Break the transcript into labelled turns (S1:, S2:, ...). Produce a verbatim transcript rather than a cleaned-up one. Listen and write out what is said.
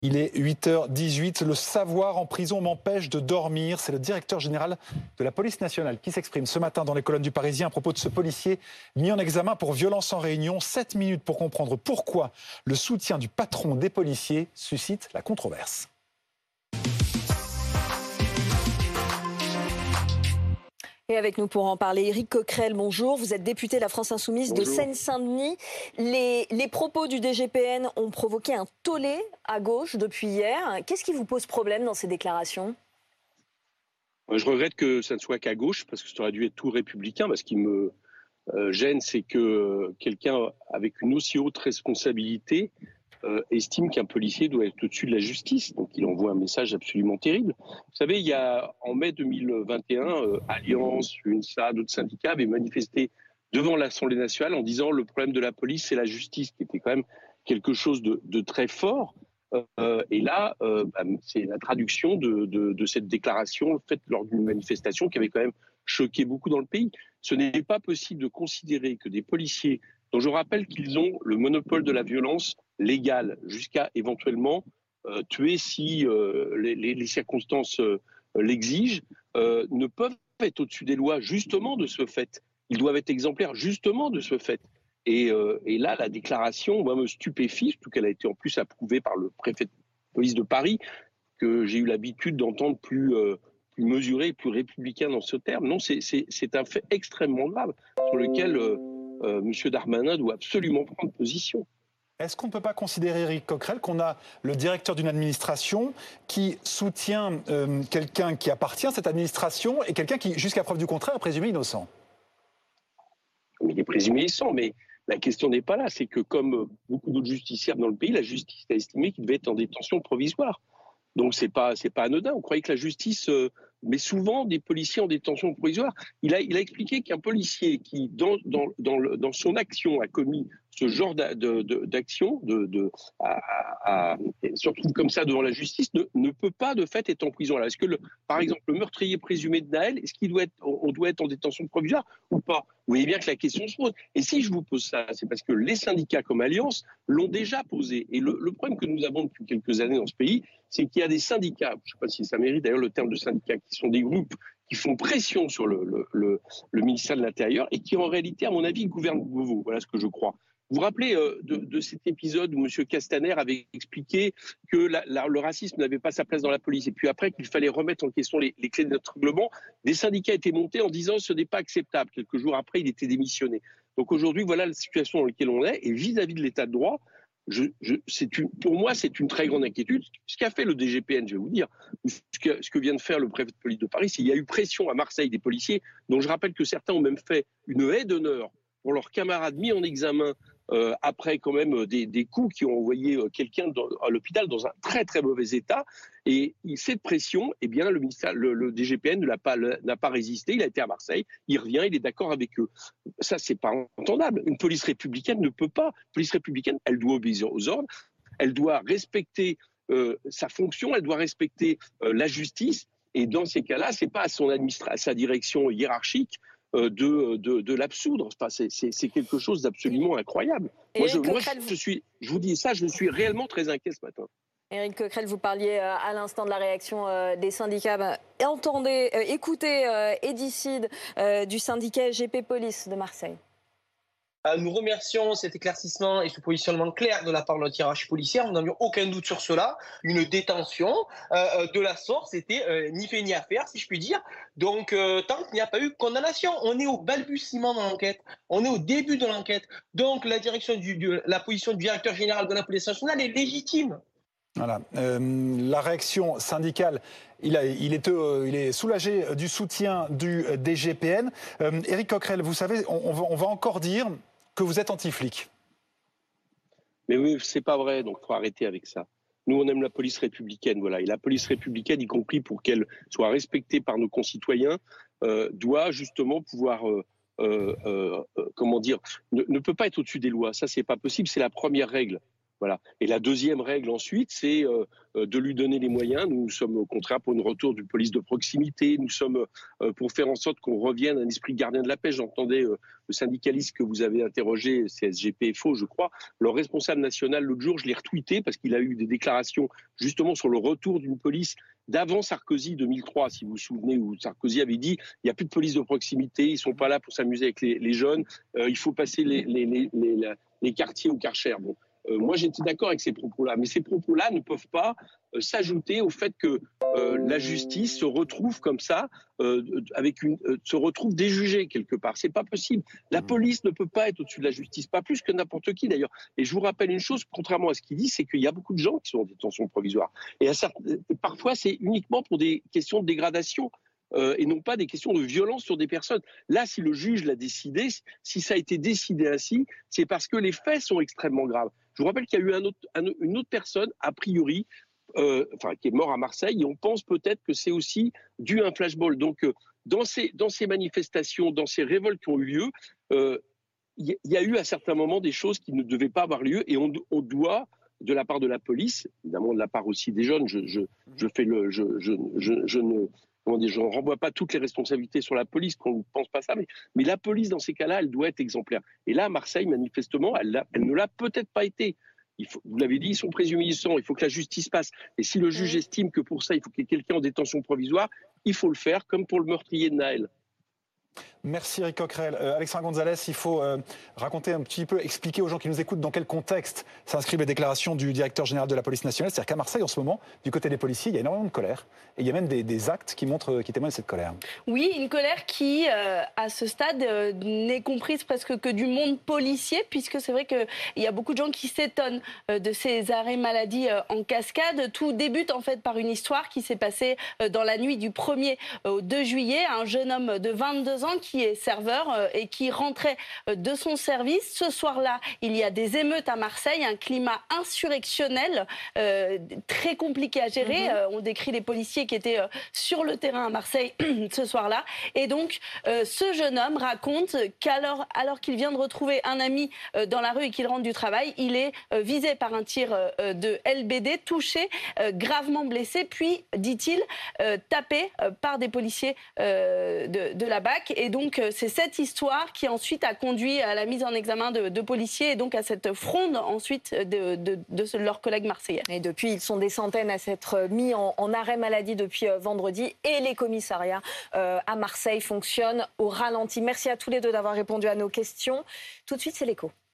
S1: Il est huit heures dix-huit. Le savoir en prison m'empêche de dormir. C'est le directeur général de la police nationale qui s'exprime ce matin dans les colonnes du Parisien à propos de ce policier mis en examen pour violence en réunion. Sept minutes pour comprendre pourquoi le soutien du patron des policiers suscite la controverse.
S2: Et avec nous pour en parler, Éric Coquerel, bonjour. Vous êtes député de la France Insoumise bonjour. de Seine-Saint-Denis. Les, les propos du D G P N ont provoqué un tollé à gauche depuis hier. Qu'est-ce qui vous pose problème dans ces déclarations ?
S3: Je regrette que ça ne soit qu'à gauche, parce que ça aurait dû être tout républicain. Mais ce qui me euh, gêne, c'est que quelqu'un avec une aussi haute responsabilité Euh, estime qu'un policier doit être au-dessus de la justice. Donc il envoie un message absolument terrible. Vous savez, il y a en mai deux mille vingt et un, euh, Alliance, UNSA, d'autres syndicats avaient manifesté devant l'Assemblée nationale en disant le problème de la police, c'est la justice, qui était quand même quelque chose de, de très fort. Euh, et là, euh, bah, c'est la traduction de, de, de cette déclaration faite lors d'une manifestation qui avait quand même choqué beaucoup dans le pays. Ce n'est pas possible de considérer que des policiers, dont je rappelle qu'ils ont le monopole de la violence légale, jusqu'à éventuellement euh, tuer si euh, les, les, les circonstances euh, l'exigent, euh, ne peuvent être au-dessus des lois justement de ce fait. Ils doivent être exemplaires justement de ce fait. Et, euh, et là, la déclaration, moi, me stupéfie, surtout qu'elle a été en plus approuvée par le préfet de police de Paris, que j'ai eu l'habitude d'entendre plus, euh, plus mesuré, plus républicain dans ce terme. Non, c'est, c'est, c'est un fait extrêmement grave sur lequel euh, euh, M. Darmanin doit absolument prendre position.
S1: Est-ce qu'on ne peut pas considérer, Éric Coquerel, qu'on a le directeur d'une administration qui soutient euh, quelqu'un qui appartient à cette administration et quelqu'un qui, jusqu'à preuve du contraire, est présumé innocent ?
S3: Il est présumé innocent, mais la question n'est pas là. C'est que, comme beaucoup d'autres justiciables dans le pays, la justice a estimé qu'il devait être en détention provisoire. Donc, ce n'est pas, c'est pas anodin. On croyait que la justice euh, met souvent des policiers en détention provisoire. Il a, il a expliqué qu'un policier qui, dans, dans, dans, le, dans son action, a commis ce genre de, de, d'action, de, de, à, à, à, se retrouve comme ça devant la justice, ne, ne peut pas de fait être en prison. Alors, est-ce que, le, par exemple, le meurtrier présumé de Naël, est-ce qu'il doit être, on doit être en détention provisoire ou pas ? Vous voyez bien que la question se pose. Et si je vous pose ça, c'est parce que les syndicats comme Alliance l'ont déjà posé. Et le, le problème que nous avons depuis quelques années dans ce pays, c'est qu'il y a des syndicats, je ne sais pas si ça mérite d'ailleurs le terme de syndicat, qui sont des groupes qui font pression sur le, le, le, le ministère de l'Intérieur et qui en réalité, à mon avis, gouvernent Beauvau. Voilà ce que je crois. Vous vous rappelez euh, de, de cet épisode où M. Castaner avait expliqué que la, la, le racisme n'avait pas sa place dans la police et puis après qu'il fallait remettre en question les, les clés de notre règlement, des syndicats étaient montés en disant ce n'est pas acceptable. Quelques jours après, il était démissionné. Donc aujourd'hui, voilà la situation dans laquelle on est et vis-à-vis de l'état de droit, Je, je, c'est une, pour moi, c'est une très grande inquiétude. Ce qu'a fait le D G P N, je vais vous dire, ce que, ce que vient de faire le préfet de police de Paris, c'est qu'il y a eu pression à Marseille des policiers, dont je rappelle que certains ont même fait une haie d'honneur pour leurs camarades mis en examen euh, après quand même des, des coups qui ont envoyé quelqu'un dans, à l'hôpital dans un très très mauvais état. Et cette pression, eh bien, le, ministère, le, le D G P N ne l'a pas, n'a pas résisté. Il a été à Marseille, il revient, il est d'accord avec eux. Ça, c'est pas entendable. Une police républicaine ne peut pas. Une police républicaine, elle doit obéir aux ordres, elle doit respecter euh, sa fonction, elle doit respecter euh, la justice. Et dans ces cas-là, c'est pas à son administra- à sa direction hiérarchique euh, de, de, de l'absoudre. Enfin, c'est, c'est, c'est quelque chose d'absolument incroyable. Moi, je, moi je, je suis, je vous dis ça, je suis réellement très inquiet ce matin.
S2: Éric Coquerel, vous parliez à l'instant de la réaction des syndicats. Bah, entendez, euh, écoutez euh, Eddy Cid euh, du syndicat G P Police de Marseille.
S4: Nous remercions cet éclaircissement et ce positionnement clair de la part de notre hiérarchie policière. Nous n'avions aucun doute sur cela. Une détention euh, de la sorte, c'était euh, ni fait ni à faire, si je puis dire. Donc, euh, tant qu'il n'y a pas eu condamnation, on est au balbutiement de l'enquête. On est au début de l'enquête. Donc, la direction du, du, la position du directeur général de la police nationale est légitime.
S1: Voilà. Euh, la réaction syndicale, il, a, il, est, euh, il est soulagé du soutien du D G P N. Euh, Éric Coquerel, vous savez, on, on, va, on va encore dire que vous êtes anti-flic.
S3: Mais oui, c'est pas vrai, donc il faut arrêter avec ça. Nous, on aime la police républicaine, voilà. Et la police républicaine, y compris pour qu'elle soit respectée par nos concitoyens, euh, doit justement pouvoir, euh, euh, euh, comment dire, ne, ne peut pas être au-dessus des lois. Ça, c'est pas possible. C'est la première règle. Voilà. Et la deuxième règle ensuite, c'est euh, de lui donner les moyens. Nous sommes au contraire pour une retour d'une police de proximité. Nous sommes euh, pour faire en sorte qu'on revienne à un esprit gardien de la paix. J'entendais euh, le syndicaliste que vous avez interrogé, C S G P F O, je crois, leur responsable national l'autre jour, je l'ai retweeté parce qu'il a eu des déclarations justement sur le retour d'une police d'avant Sarkozy deux mille trois, si vous vous souvenez, où Sarkozy avait dit il n'y a plus de police de proximité, ils ne sont pas là pour s'amuser avec les, les jeunes, euh, il faut passer les, les, les, les, les quartiers au Karcher. Bon. Euh, moi, j'étais d'accord avec ces propos-là, mais ces propos-là ne peuvent pas euh, s'ajouter au fait que euh, la justice se retrouve comme ça, euh, avec une, euh, se retrouve déjugée quelque part. C'est pas possible. La police ne peut pas être au-dessus de la justice, pas plus que n'importe qui d'ailleurs. Et je vous rappelle une chose, contrairement à ce qu'il dit, c'est qu'il y a beaucoup de gens qui sont en détention provisoire. Et à certains, parfois, c'est uniquement pour des questions de dégradation. Euh, et non pas des questions de violence sur des personnes. Là, si le juge l'a décidé, si ça a été décidé ainsi, c'est parce que les faits sont extrêmement graves. Je vous rappelle qu'il y a eu un autre, un, une autre personne, a priori, euh, enfin, qui est mort à Marseille, et on pense peut-être que c'est aussi dû à un flashball. Donc, euh, dans, ces, dans ces manifestations, dans ces révoltes qui ont eu lieu, euh, il y a eu à certains moments des choses qui ne devaient pas avoir lieu, et on, on doit, de la part de la police, évidemment de la part aussi des jeunes, je, je, je, fais le, je, je, je, je ne... Comment dire, je ne renvoie pas toutes les responsabilités sur la police, qu'on ne pense pas ça, mais, mais la police, dans ces cas-là, elle doit être exemplaire. Et là, à Marseille, manifestement, elle, elle ne l'a peut-être pas été. Il faut, vous l'avez dit, ils sont présumés innocents, il faut que la justice passe. Et si le juge estime que pour ça, il faut qu'il y ait quelqu'un en détention provisoire, il faut le faire, comme pour le meurtrier de Naël.
S1: Merci Eric Coquerel. Euh, Alexandre Gonzalez, il faut euh, raconter un petit peu, expliquer aux gens qui nous écoutent dans quel contexte s'inscrivent les déclarations du directeur général de la police nationale. C'est-à-dire qu'à Marseille, en ce moment, du côté des policiers, il y a énormément de colère. Et il y a même des, des actes qui montrent, qui témoignent de cette colère.
S5: Oui, une colère qui, euh, à ce stade, euh, n'est comprise presque que du monde policier, puisque c'est vrai qu'il y a beaucoup de gens qui s'étonnent euh, de ces arrêts maladie euh, en cascade. Tout débute en fait par une histoire qui s'est passée euh, dans la nuit du premier au deux juillet. Un jeune homme de vingt-deux ans qui est serveur euh, et qui rentrait euh, de son service. Ce soir-là, il y a des émeutes à Marseille, un climat insurrectionnel euh, très compliqué à gérer. Mm-hmm. Euh, on décrit les policiers qui étaient euh, sur le terrain à Marseille ce soir-là. Et donc, euh, ce jeune homme raconte qu'alors alors qu'il vient de retrouver un ami euh, dans la rue et qu'il rentre du travail, il est euh, visé par un tir euh, de L B D, touché, euh, gravement blessé, puis, dit-il, euh, tapé euh, par des policiers euh, de, de la B A C. Et donc, euh, c'est cette histoire qui ensuite a conduit à la mise en examen de, de policiers et donc à cette fronde ensuite de, de, de leurs collègues marseillais.
S2: Et depuis, ils sont des centaines à s'être mis en, en arrêt maladie depuis euh, vendredi et les commissariats euh, à Marseille fonctionnent au ralenti. Merci à tous les deux d'avoir répondu à nos questions. Tout de suite, c'est l'écho.